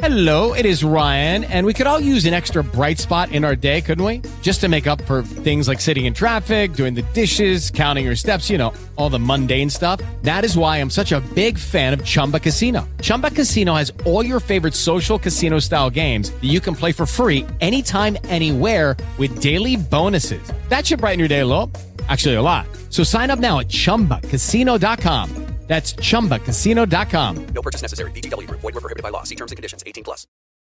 Hello, it is Ryan, and we could all use an extra bright spot in our day, couldn't we? Just to make up for things like sitting in traffic, doing the dishes, counting your steps, you know, all the mundane stuff. That is why I'm such a big fan of Chumba Casino. Chumba Casino has all your favorite social casino-style games that you can play for free anytime, anywhere with daily bonuses. That should brighten your day a little. Actually, a lot. So sign up now at ChumbaCasino.com. That's ChumbaCasino.com. No purchase necessary. VGW Group. Void where prohibited by law. See terms and conditions. 18+.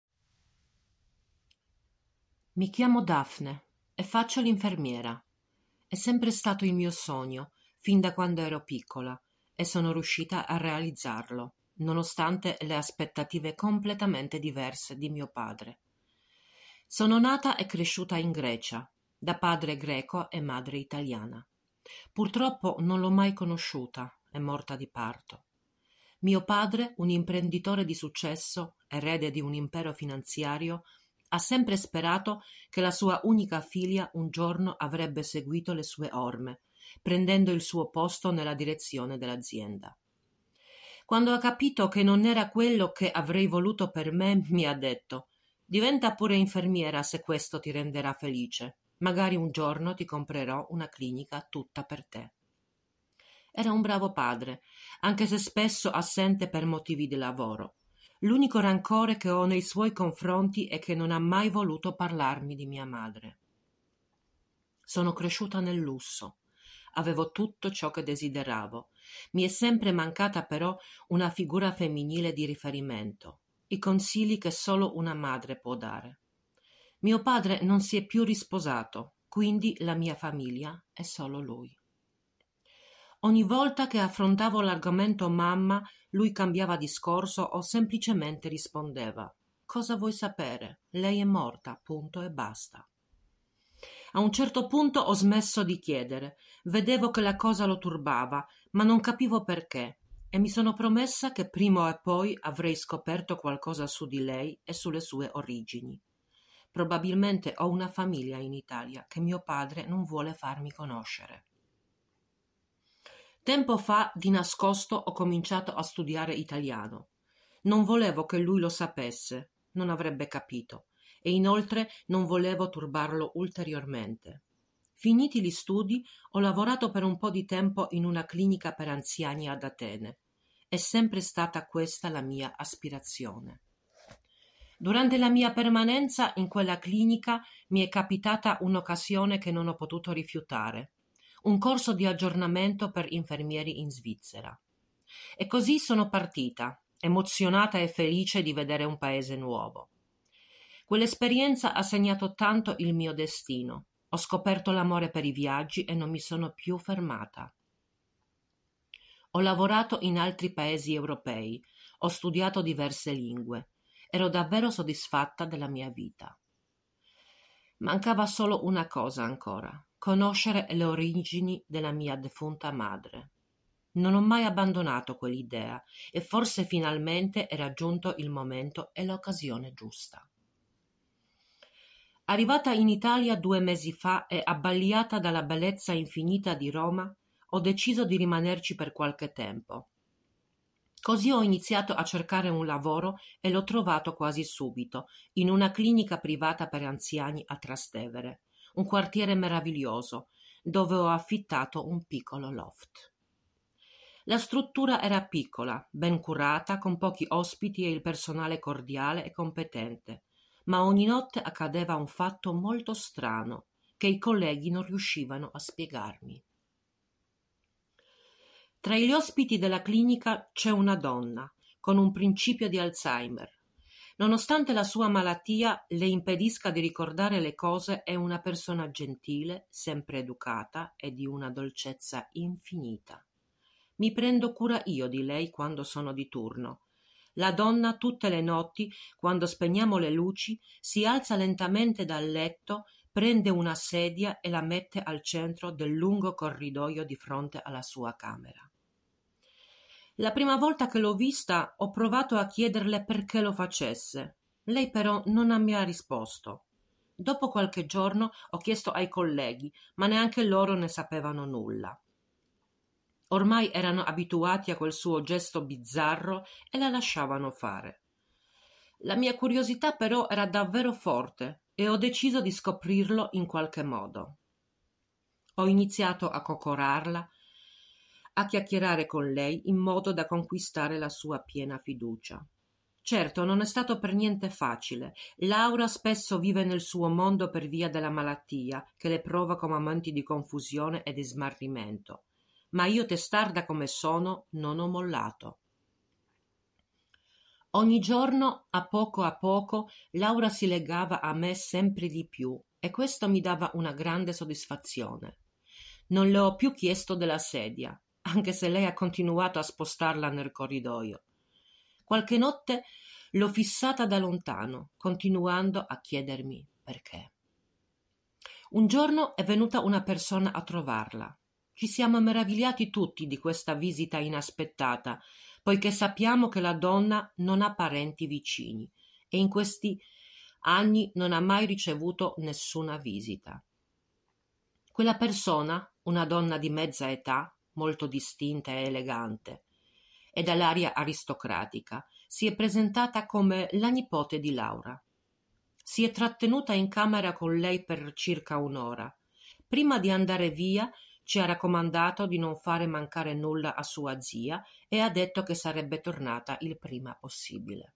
Mi chiamo Daphne e faccio l'infermiera. È sempre stato il mio sogno, fin da quando ero piccola, e sono riuscita a realizzarlo, nonostante le aspettative completamente diverse di mio padre. Sono nata e cresciuta in Grecia, da padre greco e madre italiana. Purtroppo non l'ho mai conosciuta, è morta di parto. Mio padre, un imprenditore di successo, erede di un impero finanziario, ha sempre sperato che la sua unica figlia un giorno avrebbe seguito le sue orme, prendendo il suo posto nella direzione dell'azienda. Quando ha capito che non era quello che avrei voluto per me, mi ha detto: «Diventa pure infermiera se questo ti renderà felice. Magari un giorno ti comprerò una clinica tutta per te». Era un bravo padre, anche se spesso assente per motivi di lavoro. L'unico rancore che ho nei suoi confronti è che non ha mai voluto parlarmi di mia madre. Sono cresciuta nel lusso. Avevo tutto ciò che desideravo. Mi è sempre mancata però una figura femminile di riferimento, i consigli che solo una madre può dare. Mio padre non si è più risposato, quindi la mia famiglia è solo lui. Ogni volta che affrontavo l'argomento mamma, lui cambiava discorso o semplicemente rispondeva: «Cosa vuoi sapere? Lei è morta, punto e basta». A un certo punto ho smesso di chiedere, vedevo che la cosa lo turbava, ma non capivo perché, e mi sono promessa che prima o poi avrei scoperto qualcosa su di lei e sulle sue origini. Probabilmente ho una famiglia in Italia che mio padre non vuole farmi conoscere. Tempo fa, di nascosto, ho cominciato a studiare italiano. Non volevo che lui lo sapesse, non avrebbe capito, e inoltre non volevo turbarlo ulteriormente. Finiti gli studi, ho lavorato per un po' di tempo in una clinica per anziani ad Atene. È sempre stata questa la mia aspirazione. Durante la mia permanenza in quella clinica mi è capitata un'occasione che non ho potuto rifiutare. Un corso di aggiornamento per infermieri in Svizzera. E così sono partita, emozionata e felice di vedere un paese nuovo. Quell'esperienza ha segnato tanto il mio destino. Ho scoperto l'amore per i viaggi e non mi sono più fermata. Ho lavorato in altri paesi europei, ho studiato diverse lingue. Ero davvero soddisfatta della mia vita. Mancava solo una cosa ancora: conoscere le origini della mia defunta madre. Non ho mai abbandonato quell'idea e forse finalmente era giunto il momento e l'occasione giusta. Arrivata in Italia 2 mesi fa e abbagliata dalla bellezza infinita di Roma, ho deciso di rimanerci per qualche tempo. Così ho iniziato a cercare un lavoro e l'ho trovato quasi subito, in una clinica privata per anziani a Trastevere, un quartiere meraviglioso, dove ho affittato un piccolo loft. La struttura era piccola, ben curata, con pochi ospiti e il personale cordiale e competente, ma ogni notte accadeva un fatto molto strano che i colleghi non riuscivano a spiegarmi. Tra gli ospiti della clinica c'è una donna con un principio di Alzheimer. Nonostante la sua malattia le impedisca di ricordare le cose, è una persona gentile, sempre educata e di una dolcezza infinita. Mi prendo cura io di lei quando sono di turno. La donna tutte le notti, quando spegniamo le luci, si alza lentamente dal letto, prende una sedia e la mette al centro del lungo corridoio di fronte alla sua camera. La prima volta che l'ho vista ho provato a chiederle perché lo facesse. Lei però non mi ha risposto. Dopo qualche giorno ho chiesto ai colleghi, ma neanche loro ne sapevano nulla. Ormai erano abituati a quel suo gesto bizzarro e la lasciavano fare. La mia curiosità però era davvero forte e ho deciso di scoprirlo in qualche modo. Ho iniziato a coccolarla, a chiacchierare con lei in modo da conquistare la sua piena fiducia. Certo, non è stato per niente facile. Laura spesso vive nel suo mondo per via della malattia, che le provoca momenti di confusione e di smarrimento. Ma io, testarda come sono, non ho mollato. Ogni giorno, a poco, Laura si legava a me sempre di più e questo mi dava una grande soddisfazione. Non le ho più chiesto della sedia, anche se lei ha continuato a spostarla nel corridoio. Qualche notte l'ho fissata da lontano, continuando a chiedermi perché. Un giorno è venuta una persona a trovarla. Ci siamo meravigliati tutti di questa visita inaspettata, poiché sappiamo che la donna non ha parenti vicini e in questi anni non ha mai ricevuto nessuna visita. Quella persona, una donna di mezza età, molto distinta e elegante, e dall'aria aristocratica, si è presentata come la nipote di Laura. Si è trattenuta in camera con lei per circa un'ora. Prima di andare via ci ha raccomandato di non fare mancare nulla a sua zia e ha detto che sarebbe tornata il prima possibile.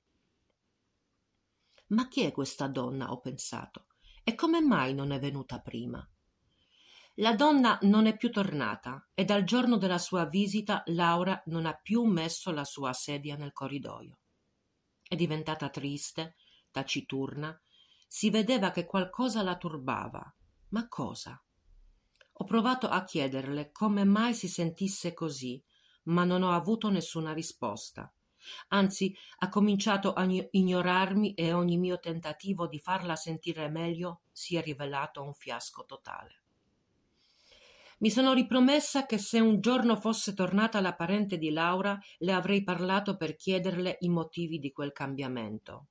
Ma chi è questa donna, ho pensato, e come mai non è venuta prima? La donna non è più tornata e dal giorno della sua visita Laura non ha più messo la sua sedia nel corridoio. È diventata triste, taciturna, si vedeva che qualcosa la turbava. Ma cosa? Ho provato a chiederle come mai si sentisse così, ma non ho avuto nessuna risposta. Anzi, ha cominciato a ignorarmi e ogni mio tentativo di farla sentire meglio si è rivelato un fiasco totale. Mi sono ripromessa che se un giorno fosse tornata la parente di Laura le avrei parlato per chiederle i motivi di quel cambiamento.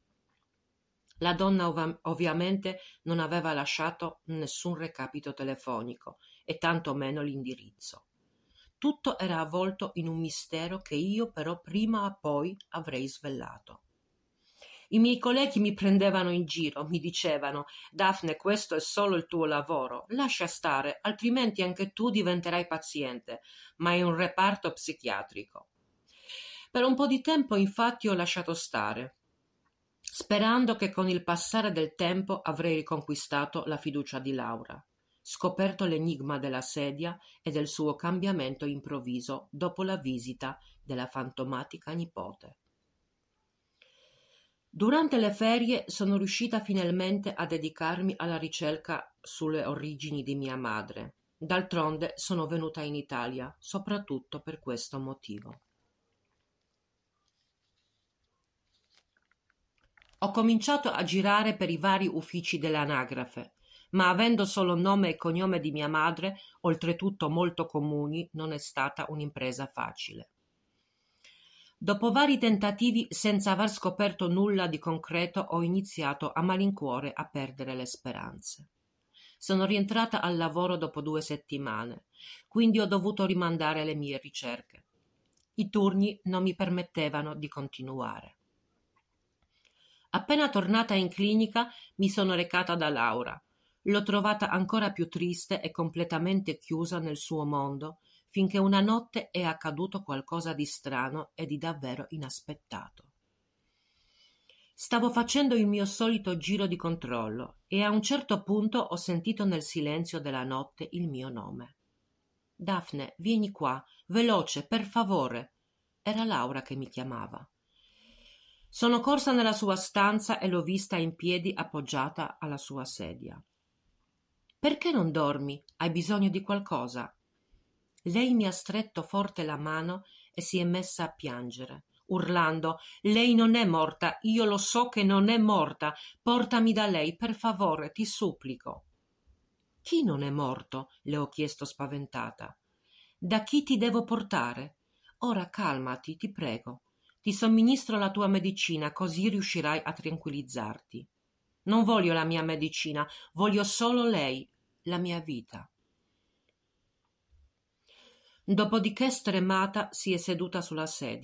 La donna ovviamente non aveva lasciato nessun recapito telefonico e tanto meno l'indirizzo. Tutto era avvolto in un mistero che io però prima o poi avrei svelato. I miei colleghi mi prendevano in giro, mi dicevano: «Daphne, questo è solo il tuo lavoro, lascia stare, altrimenti anche tu diventerai paziente, ma è un reparto psichiatrico». Per un po' di tempo infatti ho lasciato stare, sperando che con il passare del tempo avrei riconquistato la fiducia di Laura, scoperto l'enigma della sedia e del suo cambiamento improvviso dopo la visita della fantomatica nipote. Durante le ferie sono riuscita finalmente a dedicarmi alla ricerca sulle origini di mia madre. D'altronde sono venuta in Italia soprattutto per questo motivo. Ho cominciato a girare per i vari uffici dell'anagrafe, ma avendo solo nome e cognome di mia madre, oltretutto molto comuni, non è stata un'impresa facile. Dopo vari tentativi, senza aver scoperto nulla di concreto, ho iniziato a malincuore a perdere le speranze. Sono rientrata al lavoro dopo 2 settimane, quindi ho dovuto rimandare le mie ricerche. I turni non mi permettevano di continuare. Appena tornata in clinica, mi sono recata da Laura. L'ho trovata ancora più triste e completamente chiusa nel suo mondo, finché una notte è accaduto qualcosa di strano e di davvero inaspettato. Stavo facendo il mio solito giro di controllo e a un certo punto ho sentito nel silenzio della notte il mio nome. «Daphne, vieni qua, veloce, per favore!» Era Laura che mi chiamava. Sono corsa nella sua stanza e l'ho vista in piedi appoggiata alla sua sedia. «Perché non dormi? Hai bisogno di qualcosa?» Lei mi ha stretto forte la mano e si è messa a piangere, urlando: «Lei non è morta, io lo so che non è morta, portami da lei, per favore, ti supplico». «Chi non è morto?» le ho chiesto spaventata. «Da chi ti devo portare? Ora calmati, ti prego. Ti somministro la tua medicina, così riuscirai a tranquillizzarti». «Non voglio la mia medicina, voglio solo lei, la mia vita». Dopodiché, stremata, si è seduta sulla sedia.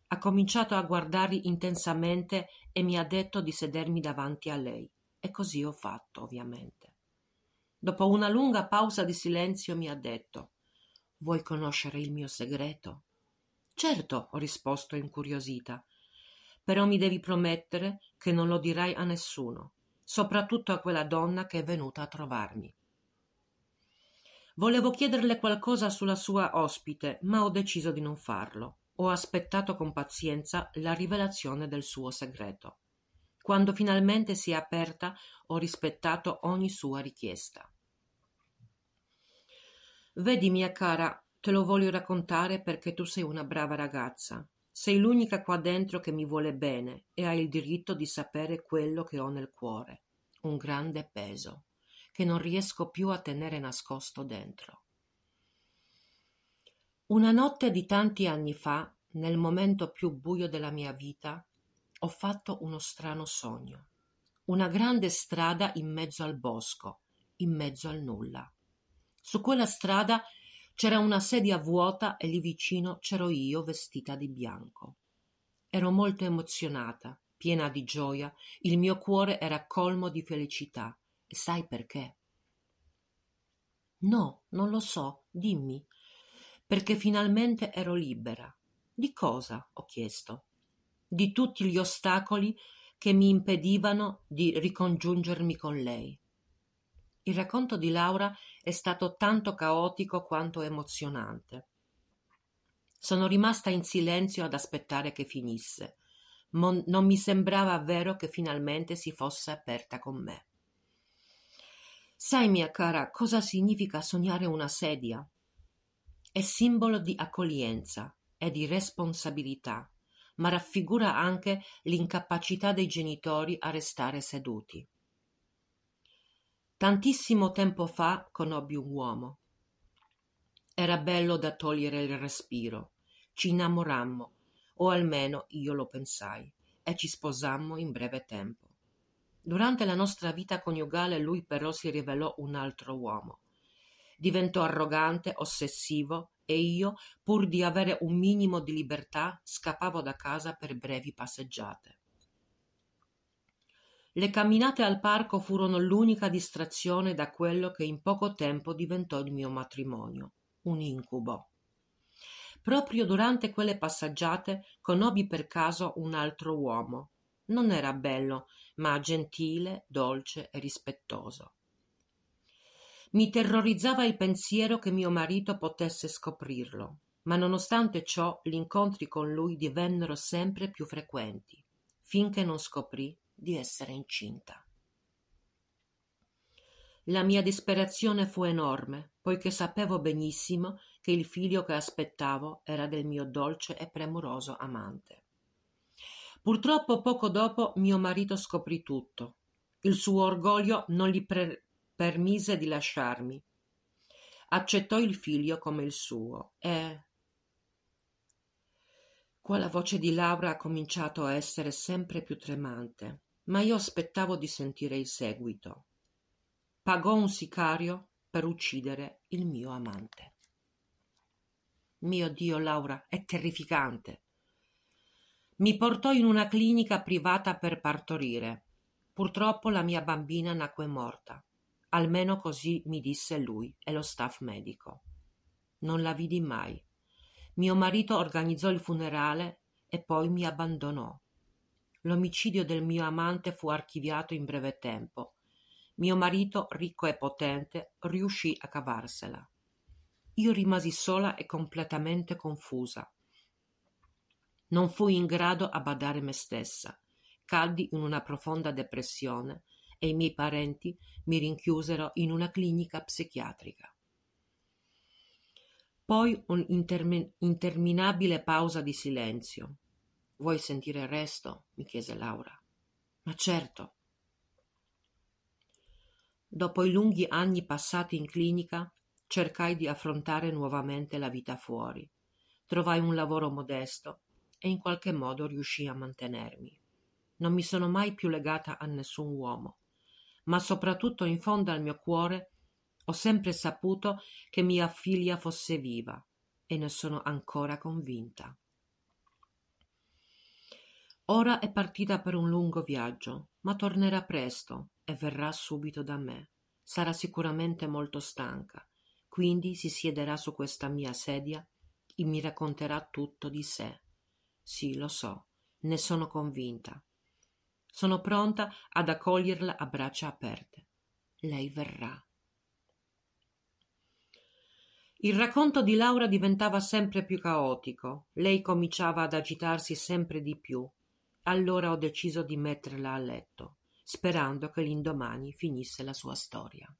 Ha cominciato a guardarli intensamente e mi ha detto di sedermi davanti a lei. E così ho fatto, ovviamente. Dopo una lunga pausa di silenzio mi ha detto: «Vuoi conoscere il mio segreto?» «Certo», ho risposto incuriosita. «Però mi devi promettere che non lo dirai a nessuno, soprattutto a quella donna che è venuta a trovarmi». Volevo chiederle qualcosa sulla sua ospite, ma ho deciso di non farlo. Ho aspettato con pazienza la rivelazione del suo segreto. Quando finalmente si è aperta, ho rispettato ogni sua richiesta. «Vedi, mia cara, te lo voglio raccontare perché tu sei una brava ragazza. Sei l'unica qua dentro che mi vuole bene e hai il diritto di sapere quello che ho nel cuore. Un grande peso, che non riesco più a tenere nascosto dentro». Una notte di tanti anni fa, nel momento più buio della mia vita, ho fatto uno strano sogno. Una grande strada in mezzo al bosco, in mezzo al nulla. Su quella strada c'era una sedia vuota e lì vicino c'ero io vestita di bianco. Ero molto emozionata, piena di gioia, il mio cuore era colmo di felicità. E sai perché? No, non lo so, dimmi. Perché finalmente ero libera. Di cosa? Ho chiesto. Di tutti gli ostacoli che mi impedivano di ricongiungermi con lei. Il racconto di Laura è stato tanto caotico quanto emozionante. Sono rimasta in silenzio ad aspettare che finisse. Non mi sembrava vero che finalmente si fosse aperta con me. Sai, mia cara, cosa significa sognare una sedia? È simbolo di accoglienza e di responsabilità, ma raffigura anche l'incapacità dei genitori a restare seduti. Tantissimo tempo fa conobbi un uomo. Era bello da togliere il respiro. Ci innamorammo, o almeno io lo pensai, e ci sposammo in breve tempo. Durante la nostra vita coniugale lui però si rivelò un altro uomo. Diventò arrogante, ossessivo e io, pur di avere un minimo di libertà, scappavo da casa per brevi passeggiate. Le camminate al parco furono l'unica distrazione da quello che in poco tempo diventò il mio matrimonio, un incubo. Proprio durante quelle passeggiate conobbi per caso un altro uomo. Non era bello, ma gentile, dolce e rispettoso. Mi terrorizzava il pensiero che mio marito potesse scoprirlo, ma nonostante ciò gli incontri con lui divennero sempre più frequenti, finché non scoprì di essere incinta. La mia disperazione fu enorme, poiché sapevo benissimo che il figlio che aspettavo era del mio dolce e premuroso amante. Purtroppo poco dopo mio marito scoprì tutto. Il suo orgoglio non gli permise di lasciarmi. Accettò il figlio come il suo e... Qua la voce di Laura ha cominciato a essere sempre più tremante, ma io aspettavo di sentire il seguito. Pagò un sicario per uccidere il mio amante. Mio Dio, Laura, è terrificante. Mi portò in una clinica privata per partorire. Purtroppo la mia bambina nacque morta. Almeno così mi disse lui e lo staff medico. Non la vidi mai. Mio marito organizzò il funerale e poi mi abbandonò. L'omicidio del mio amante fu archiviato in breve tempo. Mio marito, ricco e potente, riuscì a cavarsela. Io rimasi sola e completamente confusa. Non fui in grado a badare me stessa. Caddi in una profonda depressione e i miei parenti mi rinchiusero in una clinica psichiatrica. Poi un'interminabile pausa di silenzio. «Vuoi sentire il resto?» mi chiese Laura. «Ma certo». Dopo i lunghi anni passati in clinica, cercai di affrontare nuovamente la vita fuori. Trovai un lavoro modesto e in qualche modo riuscii a mantenermi. Non mi sono mai più legata a nessun uomo, ma soprattutto in fondo al mio cuore ho sempre saputo che mia figlia fosse viva e ne sono ancora convinta. Ora è partita per un lungo viaggio, ma tornerà presto e verrà subito da me. Sarà sicuramente molto stanca, quindi si siederà su questa mia sedia e mi racconterà tutto di sé. Sì, lo so, ne sono convinta. Sono pronta ad accoglierla a braccia aperte. Lei verrà. Il racconto di Laura diventava sempre più caotico. Lei cominciava ad agitarsi sempre di più. Allora ho deciso di metterla a letto, sperando che l'indomani finisse la sua storia.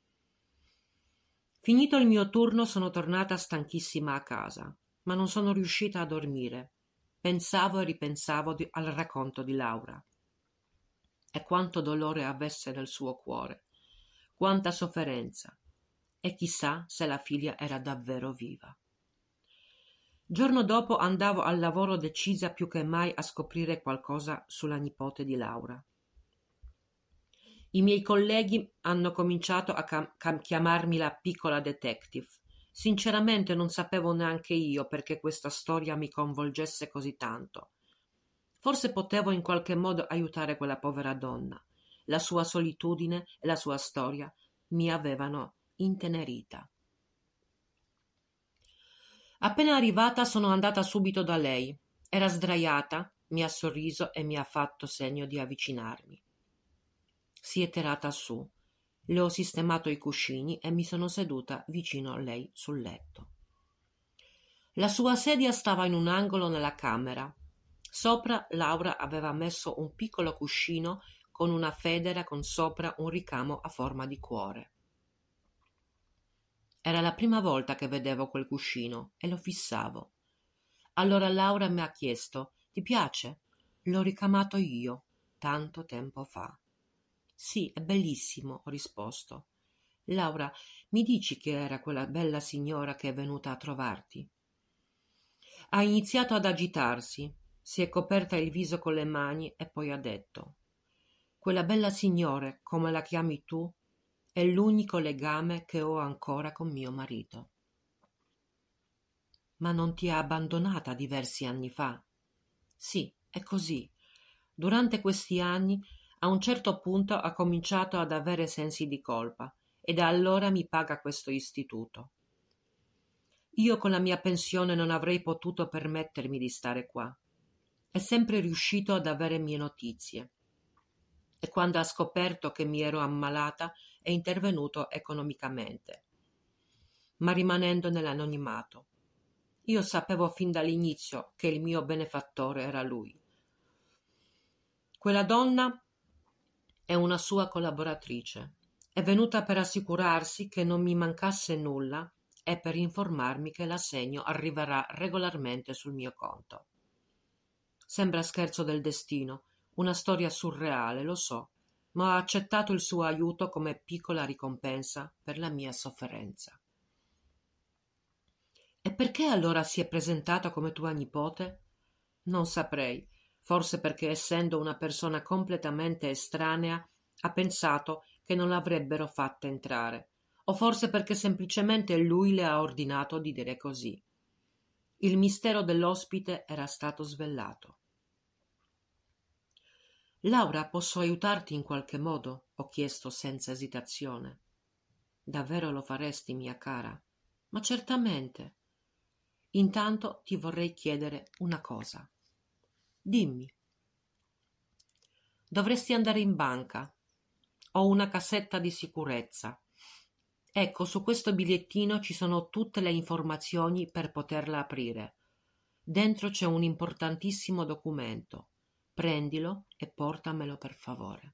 Finito il mio turno sono tornata stanchissima a casa, ma non sono riuscita a dormire. Pensavo e ripensavo al racconto di Laura e quanto dolore avesse nel suo cuore, quanta sofferenza, e chissà se la figlia era davvero viva. Giorno dopo andavo al lavoro decisa più che mai a scoprire qualcosa sulla nipote di Laura. I miei colleghi hanno cominciato a chiamarmi la piccola detective. Sinceramente non sapevo neanche io perché questa storia mi coinvolgesse così tanto. Forse potevo in qualche modo aiutare quella povera donna. La sua solitudine e la sua storia mi avevano intenerita. Appena arrivata sono andata subito da lei. Era sdraiata, mi ha sorriso e mi ha fatto segno di avvicinarmi. Si è tirata su. Le ho sistemato i cuscini e mi sono seduta vicino a lei sul letto. La sua sedia stava in un angolo nella camera. Sopra Laura aveva messo un piccolo cuscino con una federa con sopra un ricamo a forma di cuore. Era la prima volta che vedevo quel cuscino e lo fissavo. Allora Laura mi ha chiesto: «Ti piace?» «L'ho ricamato io, tanto tempo fa». «Sì, è bellissimo», ho risposto. «Laura, mi dici che era quella bella signora che è venuta a trovarti?» Ha iniziato ad agitarsi, si è coperta il viso con le mani e poi ha detto: «Quella bella signora, come la chiami tu, è l'unico legame che ho ancora con mio marito». «Ma non ti ha abbandonata diversi anni fa?» «Sì, è così. Durante questi anni, a un certo punto ha cominciato ad avere sensi di colpa e da allora mi paga questo istituto. Io con la mia pensione non avrei potuto permettermi di stare qua. È sempre riuscito ad avere mie notizie. E quando ha scoperto che mi ero ammalata è intervenuto economicamente, ma rimanendo nell'anonimato. Io sapevo fin dall'inizio che il mio benefattore era lui. Quella donna è una sua collaboratrice. È venuta per assicurarsi che non mi mancasse nulla e per informarmi che l'assegno arriverà regolarmente sul mio conto. Sembra scherzo del destino, una storia surreale, lo so, ma ho accettato il suo aiuto come piccola ricompensa per la mia sofferenza. E perché allora si è presentata come tua nipote? Non saprei, forse perché essendo una persona completamente estranea ha pensato che non l'avrebbero fatta entrare, o forse perché semplicemente lui le ha ordinato di dire così. Il mistero dell'ospite era stato svelato. «Laura, posso aiutarti in qualche modo?» ho chiesto senza esitazione. «Davvero lo faresti, mia cara?» «Ma certamente. Intanto ti vorrei chiedere una cosa». «Dimmi». «Dovresti andare in banca. Ho una cassetta di sicurezza. Ecco, su questo bigliettino ci sono tutte le informazioni per poterla aprire. Dentro c'è un importantissimo documento. Prendilo e portamelo per favore».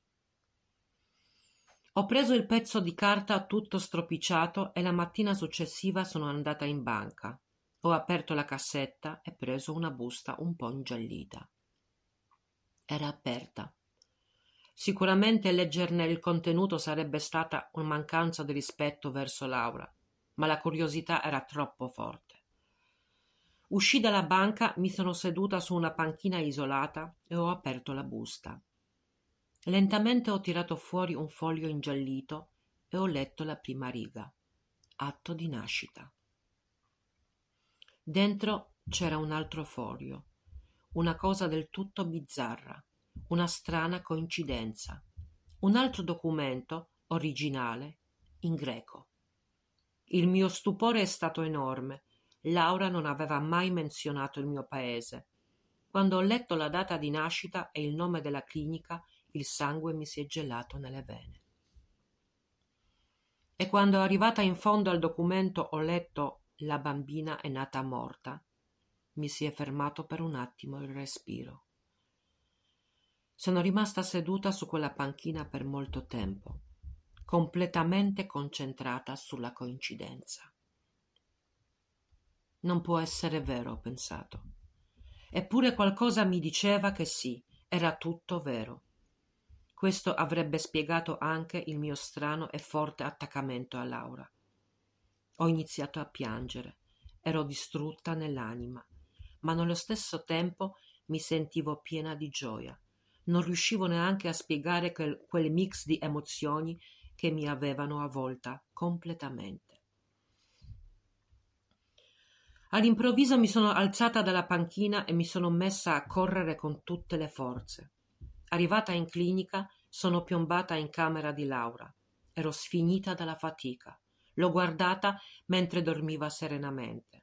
Ho preso il pezzo di carta tutto stropicciato e la mattina successiva sono andata in banca. Ho aperto la cassetta e preso una busta un po' ingiallita. Era aperta. Sicuramente leggerne il contenuto sarebbe stata una mancanza di rispetto verso Laura, ma la curiosità era troppo forte. Uscì dalla banca, mi sono seduta su una panchina isolata e ho aperto la busta. Lentamente ho tirato fuori un foglio ingiallito e ho letto la prima riga. Atto di nascita. Dentro c'era un altro foglio, una cosa del tutto bizzarra, una strana coincidenza. Un altro documento, originale, in greco. Il mio stupore è stato enorme. Laura non aveva mai menzionato il mio paese. Quando ho letto la data di nascita e il nome della clinica, il sangue mi si è gelato nelle vene. E quando arrivata in fondo al documento ho letto «La bambina è nata morta», mi si è fermato per un attimo il respiro. Sono rimasta seduta su quella panchina per molto tempo, completamente concentrata sulla coincidenza. Non può essere vero, ho pensato. Eppure qualcosa mi diceva che sì, era tutto vero. Questo avrebbe spiegato anche il mio strano e forte attaccamento a Laura. Ho iniziato a piangere, ero distrutta nell'anima, ma nello stesso tempo mi sentivo piena di gioia. Non riuscivo neanche a spiegare quel mix di emozioni che mi avevano avvolta completamente. All'improvviso mi sono alzata dalla panchina e mi sono messa a correre con tutte le forze. Arrivata in clinica, sono piombata in camera di Laura. Ero sfinita dalla fatica. L'ho guardata mentre dormiva serenamente.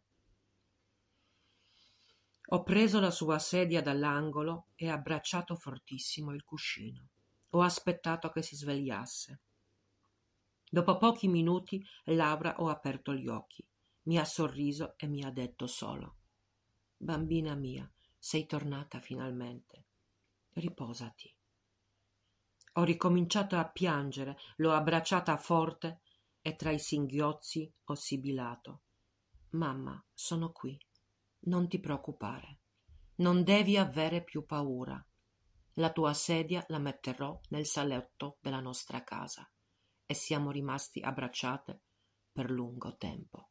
Ho preso la sua sedia dall'angolo e abbracciato fortissimo il cuscino. Ho aspettato che si svegliasse. Dopo pochi minuti Laura ha aperto gli occhi, mi ha sorriso e mi ha detto solo: «Bambina mia, sei tornata finalmente. Riposati». Ho ricominciato a piangere, l'ho abbracciata forte e tra i singhiozzi ho sibilato: «Mamma, sono qui. Non ti preoccupare. Non devi avere più paura. La tua sedia la metterò nel salotto della nostra casa». E siamo rimasti abbracciate per lungo tempo.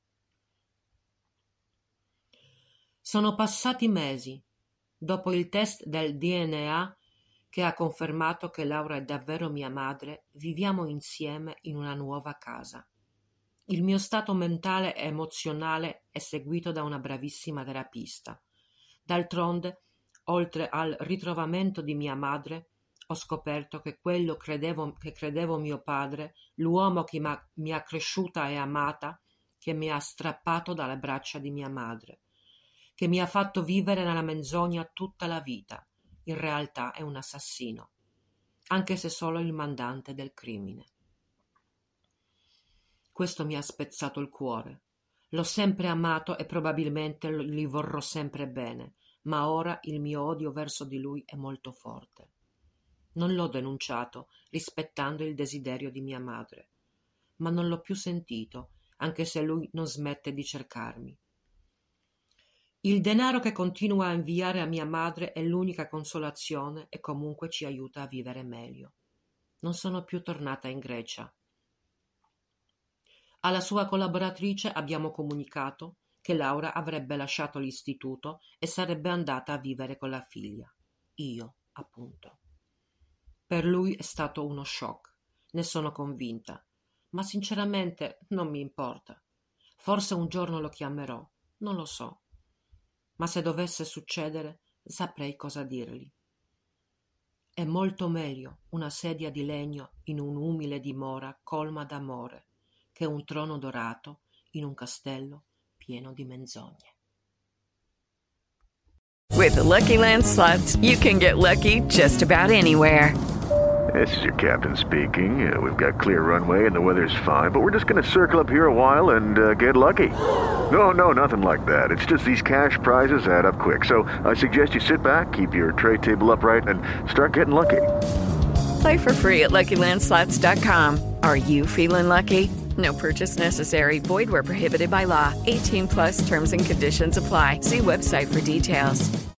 Sono passati mesi. Dopo il test del DNA che ha confermato che Laura è davvero mia madre, viviamo insieme in una nuova casa. Il mio stato mentale e emozionale è seguito da una bravissima terapista. D'altronde, oltre al ritrovamento di mia madre, ho scoperto che quello che credevo mio padre, l'uomo che mi ha cresciuta e amata, che mi ha strappato dalle braccia di mia madre, che mi ha fatto vivere nella menzogna tutta la vita, in realtà è un assassino, anche se solo il mandante del crimine. Questo mi ha spezzato il cuore. L'ho sempre amato e probabilmente gli vorrò sempre bene, ma ora il mio odio verso di lui è molto forte. Non l'ho denunciato, rispettando il desiderio di mia madre, ma non l'ho più sentito, anche se lui non smette di cercarmi. Il denaro che continua a inviare a mia madre è l'unica consolazione e comunque ci aiuta a vivere meglio. Non sono più tornata in Grecia. Alla sua collaboratrice abbiamo comunicato che Laura avrebbe lasciato l'istituto e sarebbe andata a vivere con la figlia. Io, appunto. Per lui è stato uno shock, ne sono convinta, ma sinceramente non mi importa. Forse un giorno lo chiamerò, non lo so. Ma se dovesse succedere, saprei cosa dirgli. È molto meglio una sedia di legno in un'umile dimora colma d'amore che un trono dorato in un castello pieno di menzogne. With the Lucky Land Slots, you can get lucky just about anywhere. This is your captain speaking. We've got clear runway and the weather's fine, but we're just going to circle up here a while and get lucky. No, nothing like that. It's just these cash prizes add up quick. So I suggest you sit back, keep your tray table upright, and start getting lucky. Play for free at LuckyLandSlots.com. Are you feeling lucky? No purchase necessary. Void where prohibited by law. 18+ terms and conditions apply. See website for details.